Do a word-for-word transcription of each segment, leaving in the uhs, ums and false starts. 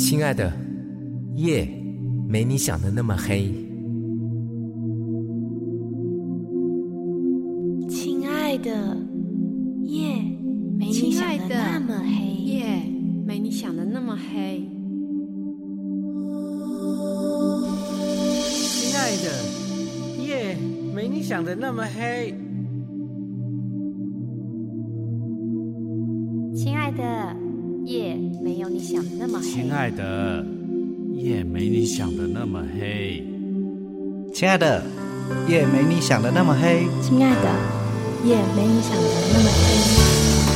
亲爱的，夜没你想的那么黑。 亲爱的，夜没你想的那么黑。 夜没你想的那么黑。 亲爱的，夜没你想的那么黑。 亲爱的，夜没有你想的那么黑。 亲爱的，夜没你想的那么黑。 亲爱的，夜没你想的那么黑。 亲爱的，夜没你想的那么黑。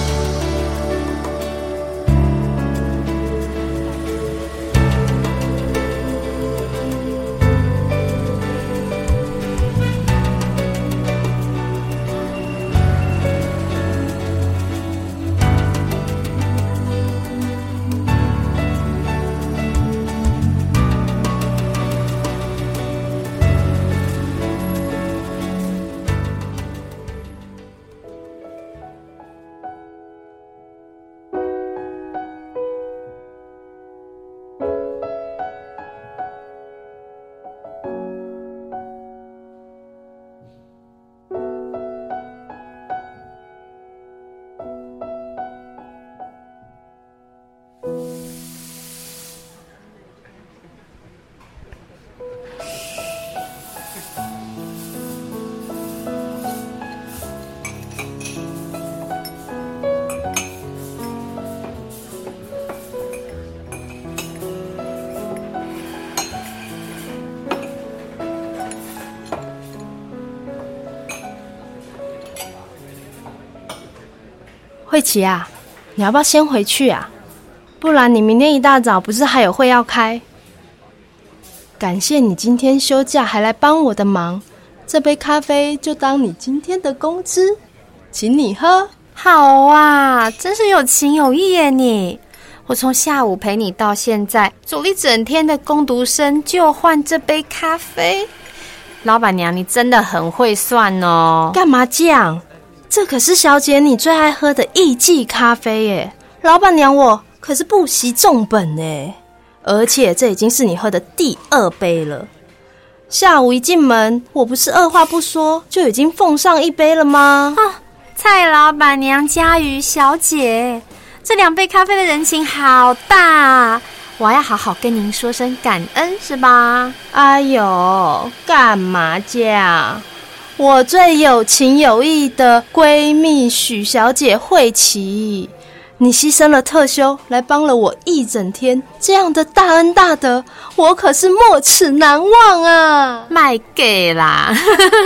慧琪啊，你要不要先回去啊？不然你明天一大早不是还有会要开？感谢你今天休假还来帮我的忙，这杯咖啡就当你今天的工资，请你喝。 好啊，真是有情有义耶你！我从下午陪你到现在，走了一整天的工读生就换这杯咖啡。老板娘，你真的很会算哦。 干嘛这样？这可是小姐你最爱喝的艺妓咖啡耶，老板娘我可是不惜重本耶，而且这已经是你喝的第二杯了。下午一进门，我不是二话不说就已经奉上一杯了吗？ 啊，蔡老板娘、佳瑜小姐，这两杯咖啡的人情好大啊，我要好好跟您说声感恩是吧？ 哎呦，干嘛这样？我最有情有义的闺蜜许小姐慧琪，你牺牲了特休来帮了我一整天，这样的大恩大德，我可是没齿难忘啊！ 卖给啦，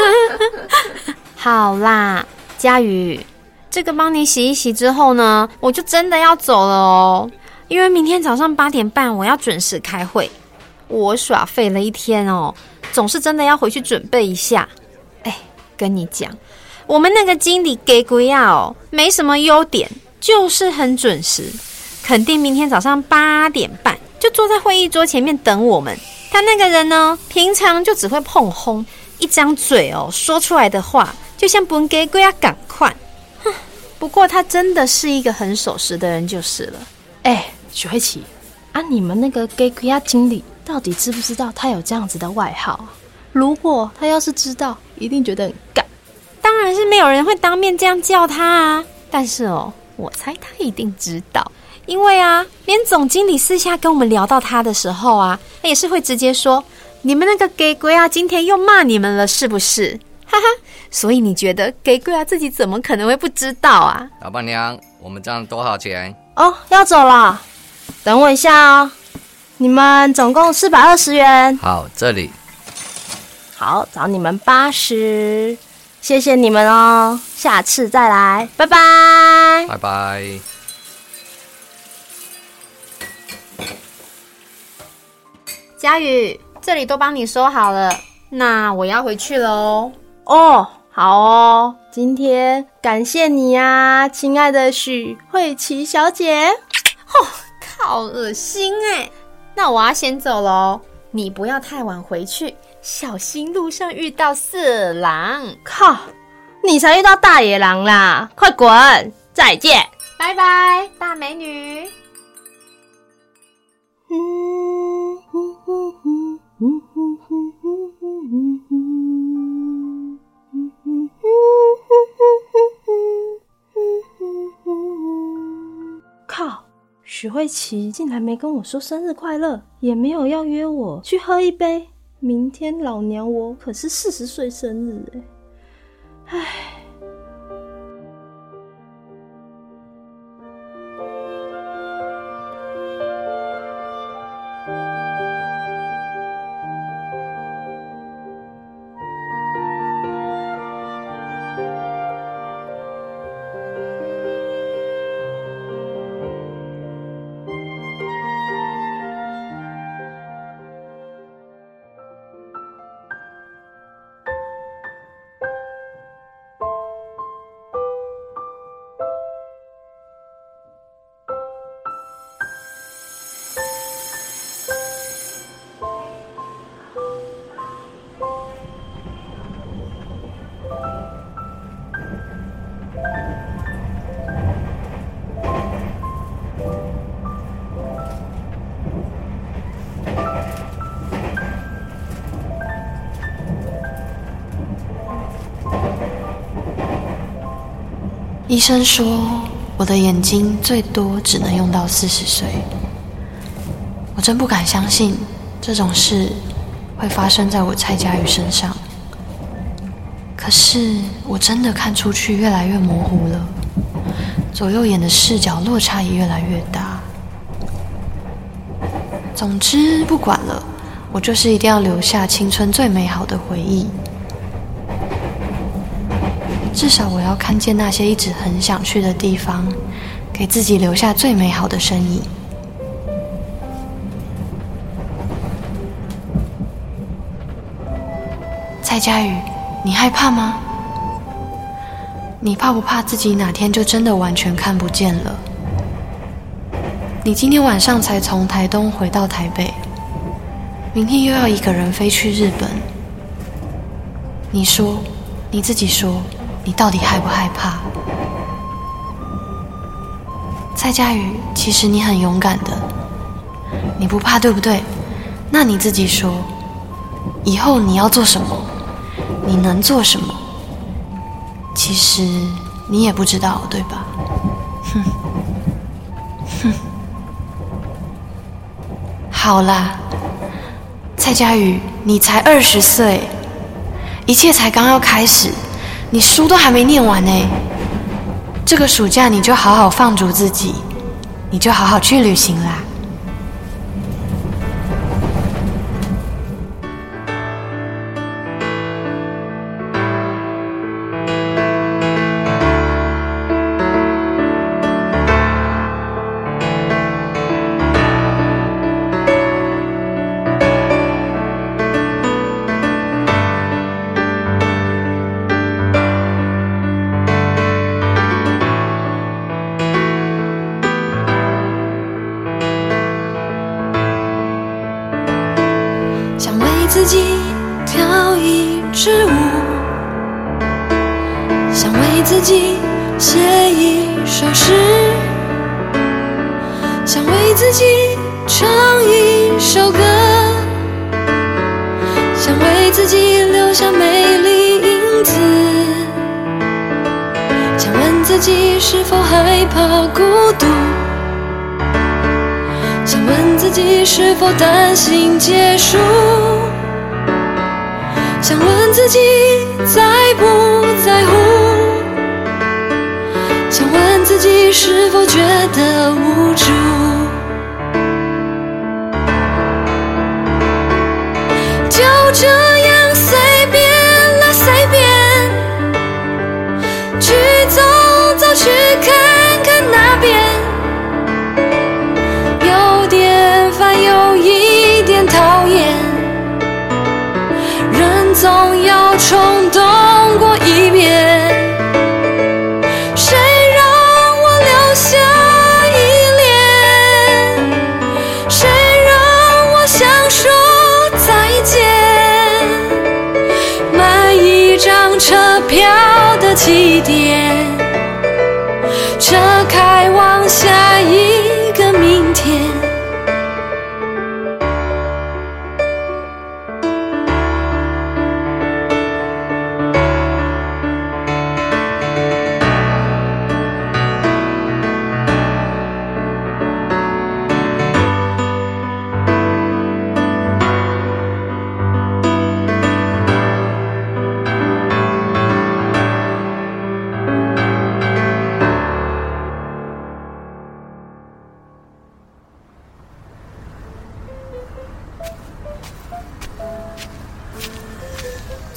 好啦，佳瑜，这个帮你洗一洗之后呢，我就真的要走了哦，因为明天早上八点半我要准时开会。我耍废了一天哦，总是真的要回去准备一下。哎，跟你讲，我们那个经理给鬼啊哦，没什么优点，就是很准时，肯定明天早上八点半就坐在会议桌前面等我们。他那个人呢，平常就只会碰轰，一张嘴哦，说出来的话就像本给鬼啊赶快。哼，不过他真的是一个很守时的人就是了。 哎，许慧琪啊，你们那个给鬼啊经理到底知不知道他有这样子的外号？如果他要是知道，一定觉得很干。 当然是没有人会当面这样叫他啊，但是哦，我猜他一定知道，因为啊，连总经理私下跟我们聊到他的时候啊，他也是会直接说，你们那个给鬼啊，今天又骂你们了是不是？哈哈，所以你觉得给鬼啊自己怎么可能会不知道啊？ 老板娘，我们这样多少钱？ 哦，要走了，等我一下哦。你们总共四百二十元。 好，这里。 好，找你们八十，谢谢你们哦，下次再来，拜拜， 拜拜。 佳宇，这里都帮你收好了，那我要回去了哦。 哦，好哦，今天感谢你啊，亲爱的许慧琪小姐。 哦，好恶心哎！那我要先走了哦，你不要太晚回去。小心路上遇到色狼。 靠，你才遇到大野狼啦，快滚，再见， 拜拜，大美女。 靠，许慧琪竟然没跟我说生日快乐，也没有要约我去喝一杯。明天老娘我可是四十岁生日哎，唉。 医生说我的眼睛最多只能用到四十岁，我真不敢相信这种事会发生在我蔡佳瑜身上。可是我真的看出去越来越模糊了，左右眼的视角落差也越来越大。总之不管了，我就是一定要留下青春最美好的回忆。至少我要看见那些一直很想去的地方，给自己留下最美好的身影。蔡佳瑜，你害怕吗？你怕不怕自己哪天就真的完全看不见了？你今天晚上才从台东回到台北，明天又要一个人飞去日本。你说，你自己说，你到底害不害怕？蔡佳瑜，其实你很勇敢的，你不怕对不对？那你自己说，以后你要做什么？你能做什么？其实你也不知道，对吧？哼，哼。好啦，蔡佳瑜，你才二十岁，一切才刚要开始。你书都还没念完呢，这个暑假你就好好放逐自己，你就好好去旅行啦。 自己跳一支舞，想为自己写一首诗，想为自己唱一首歌，想为自己留下美丽影子，想问自己是否害怕孤独，想问自己是否担心结束，想问自己在不在乎，想问自己是否觉得无助。就这样随便啦，随便去走走，去看看那边，有点烦，有一点讨厌，人总要冲动过一遍，谁让我留下依恋，谁让我想说再见，买一张车票的起点，车开往下一个明天。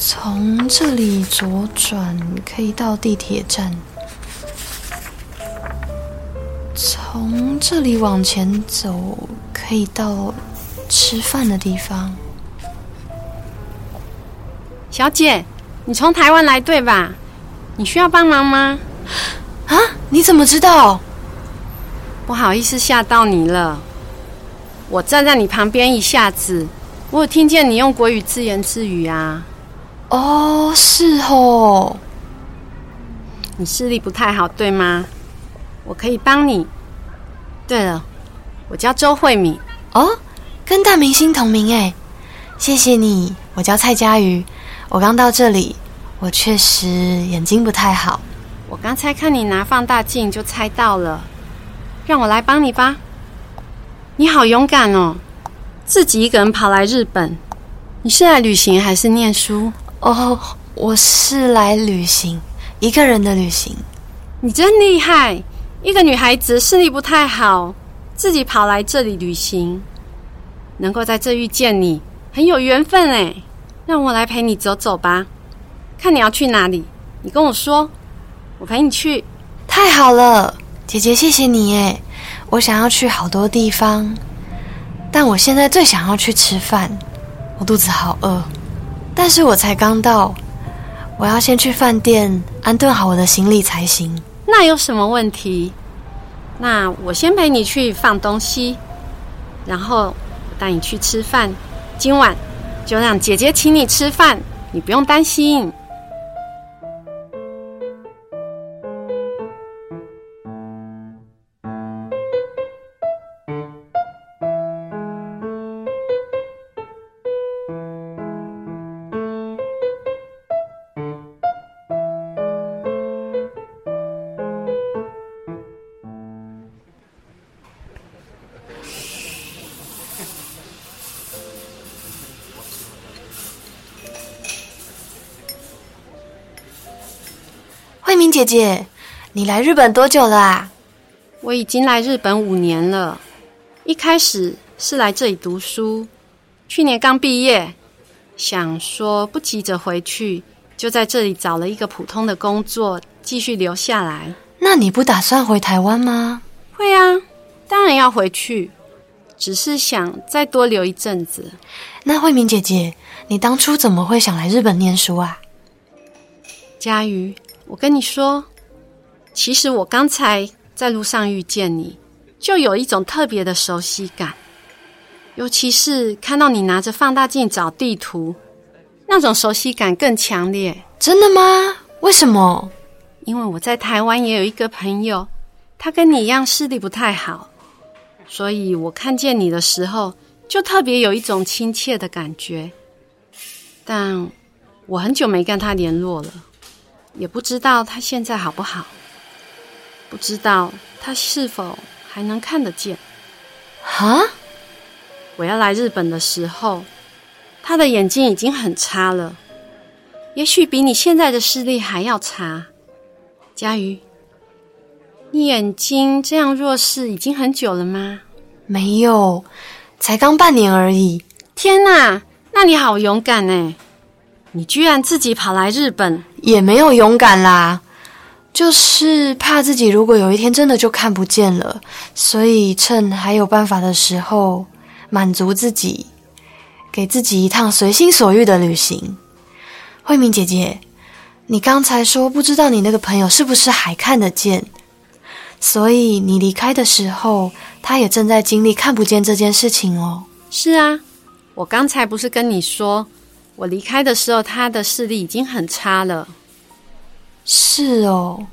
从这里左转可以到地铁站，从这里往前走可以到吃饭的地方。 小姐，你从台湾来对吧？你需要帮忙吗？ 啊，你怎么知道？ 不好意思吓到你了。我站在你旁边一下子，我有听见你用国语自言自语啊。 哦，是哦。 你视力不太好对吗？我可以帮你。对了，我叫周慧敏。 哦，跟大明星同名哎。谢谢你，我叫蔡佳瑜。我刚到这里，我确实眼睛不太好。 我刚才看你拿放大镜就猜到了，让我来帮你吧。你好勇敢哦，自己一个人跑来日本。你是来旅行还是念书？ 哦，我是来旅行，一个人的旅行。 你真厉害，一个女孩子视力不太好，自己跑来这里旅行，能够在这遇见你，很有缘分哎。让我来陪你走走吧，看你要去哪里，你跟我说，我陪你去。 太好了，姐姐谢谢你耶。我想要去好多地方，但我现在最想要去吃饭，我肚子好饿。但是我才刚到，我要先去饭店安顿好我的行李才行。 那有什么问题？那我先陪你去放东西，然后我带你去吃饭。今晚就让姐姐请你吃饭，你不用担心。 慧敏姐姐，你来日本多久了啊？ 我已经来日本五年了，一开始是来这里读书，去年刚毕业，想说不急着回去，就在这里找了一个普通的工作，继续留下来。 那你不打算回台湾吗？ 会啊，当然要回去，只是想再多留一阵子。 那慧敏姐姐，你当初怎么会想来日本念书啊？ 佳瑜，我跟你说，其实我刚才在路上遇见你，就有一种特别的熟悉感，尤其是看到你拿着放大镜找地图，那种熟悉感更强烈。 真的吗？为什么？ 因为我在台湾也有一个朋友，他跟你一样视力不太好，所以我看见你的时候，就特别有一种亲切的感觉。但我很久没跟他联络了，也不知道他现在好不好，不知道他是否还能看得见。 哈？ 我要来日本的时候，他的眼睛已经很差了，也许比你现在的视力还要差。佳瑜，你眼睛这样弱视已经很久了吗？ 没有，才刚半年而已。 天哪，那你好勇敢耶！你居然自己跑来日本。 也没有勇敢啦，就是怕自己如果有一天真的就看不见了，所以趁还有办法的时候满足自己，给自己一趟随心所欲的旅行。慧敏姐姐，你刚才说不知道你那个朋友是不是还看得见，所以你离开的时候他也正在经历看不见这件事情哦。 是啊，我刚才不是跟你说，我离开的时候他的视力已经很差了。 是哦。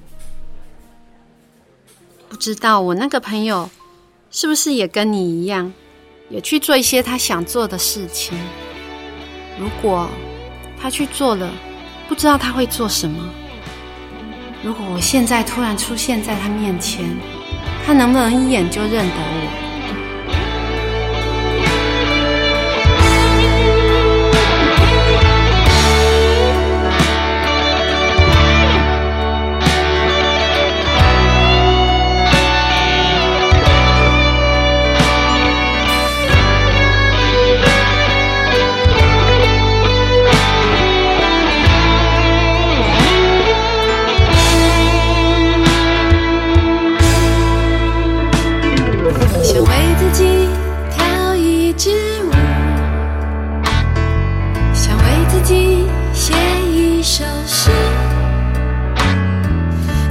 不知道我那个朋友是不是也跟你一样，也去做一些他想做的事情。如果他去做了，不知道他会做什么。如果我现在突然出现在他面前，他能不能一眼就认得我？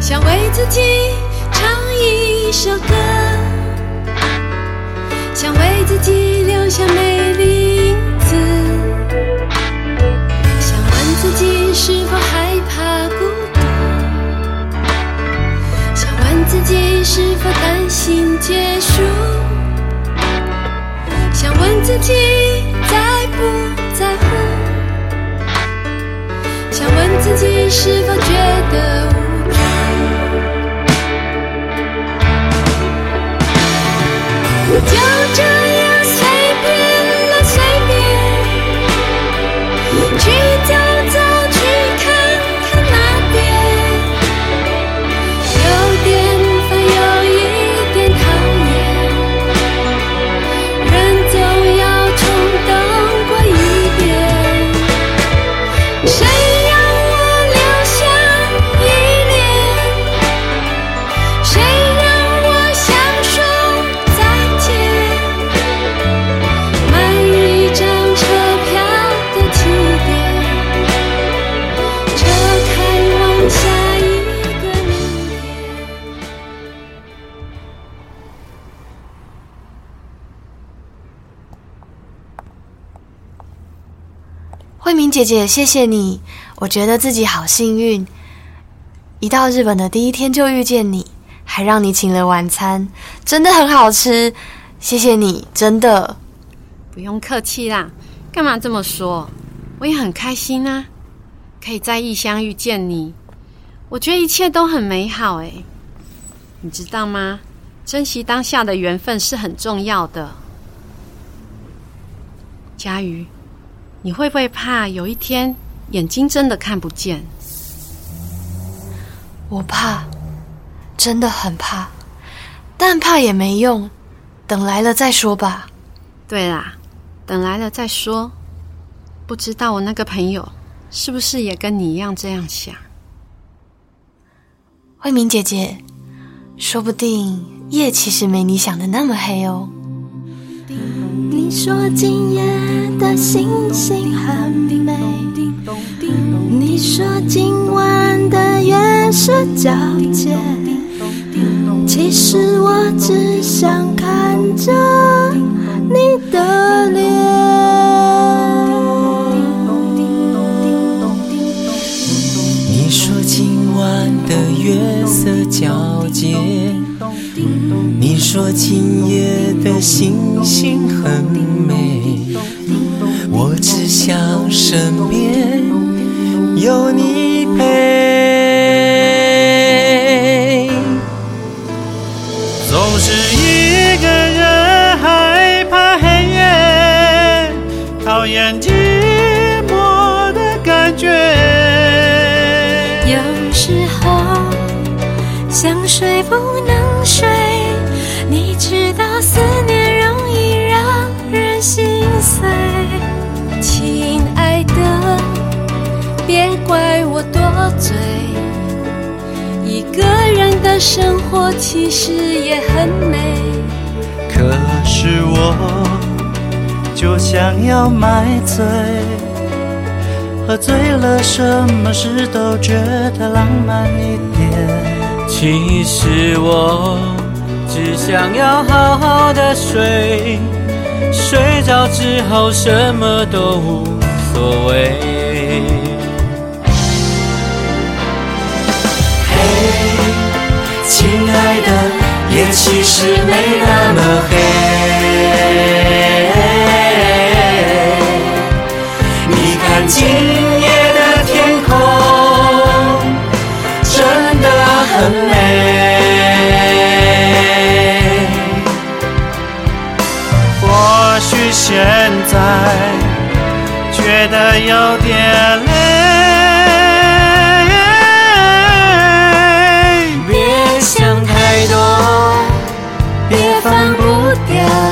想为自己唱一首歌，想为自己留下美丽影子，想问自己是否害怕孤独，想问自己是否担心结束，想问自己在不在乎，想问自己是否觉得无助。就这样随便了随便，去走走去看看那边，有点烦有一点讨厌，人总要冲动过一遍，谁让我留下依恋，谁让我享受再见，买一张车票的起点，车开往下一个明天。 慧明姐姐，谢谢你，我觉得自己好幸运，一到日本的第一天就遇见你，还让你请了晚餐，真的很好吃，谢谢你，真的。 不用客气啦，干嘛这么说？我也很开心啊，可以在异乡遇见你，我觉得一切都很美好诶。你知道吗？珍惜当下的缘分是很重要的。佳瑜，你会不会怕有一天眼睛真的看不见？ 我怕，真的很怕，但怕也没用，等来了再说吧。 对啦，等来了再说。不知道我那个朋友是不是也跟你一样这样想？ 慧明姐姐，说不定夜其实没你想的那么黑哦。 你说今夜的星星很美，你说今晚的月是皎洁，其实我只想看着你的脸。 你说今晚的月色皎洁，你说今夜的星星很美，我只想身边有你陪。 总是一个人害怕黑夜，讨厌寂寞的感觉。 有时候想睡不能睡，你知道思念容易让人心碎。亲爱的，别怪我多嘴，一个人的生活其实也很美。 可是我就想要买醉，喝醉了什么事都觉得浪漫一点。 其实我只想要好好的睡，睡着之后什么都无所谓。嘿，亲爱的，夜其实没那么黑，你看今夜的天空真的很美。 或许现在觉得有点累， 别想太多，别放不掉。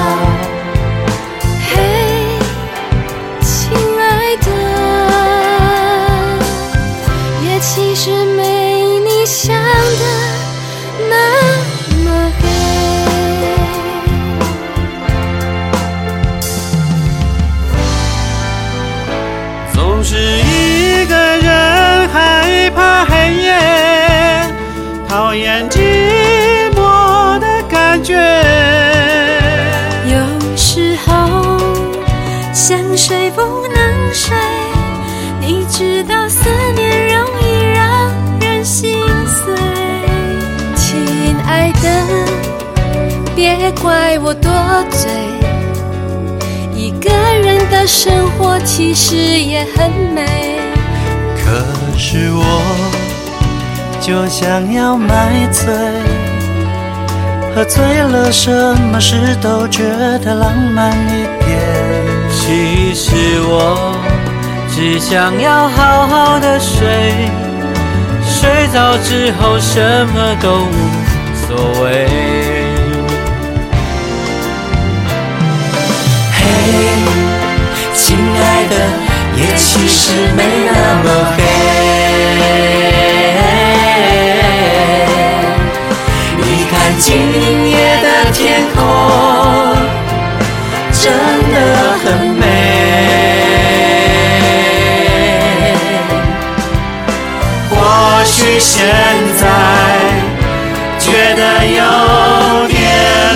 嘿，亲爱的，夜其实没你想的那么黑。 总是一别怪我多嘴，一个人的生活其实也很美。 可是我就想要买醉，喝醉了什么事都觉得浪漫一点。 其实我只想要好好的睡，睡着之后什么都无所谓。 嘿，亲爱的，夜其实没那么黑。你看今夜的天空，真的很美。或许现在觉得有点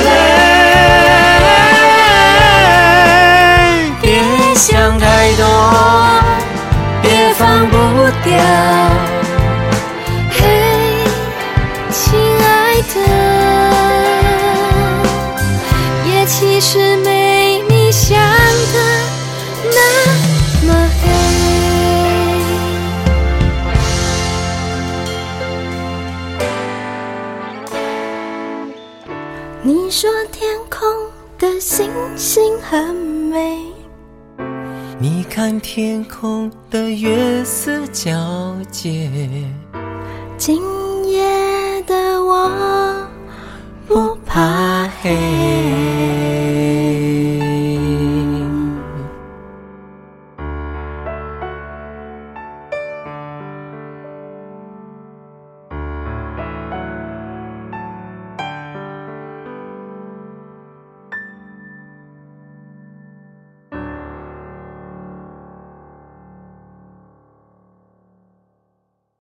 累，别想太多，别放不掉。 嘿，亲爱的，夜其实没你想的那么黑。你说天空的星星很美， 你看天空的月色皎洁， 今夜的我不怕黑。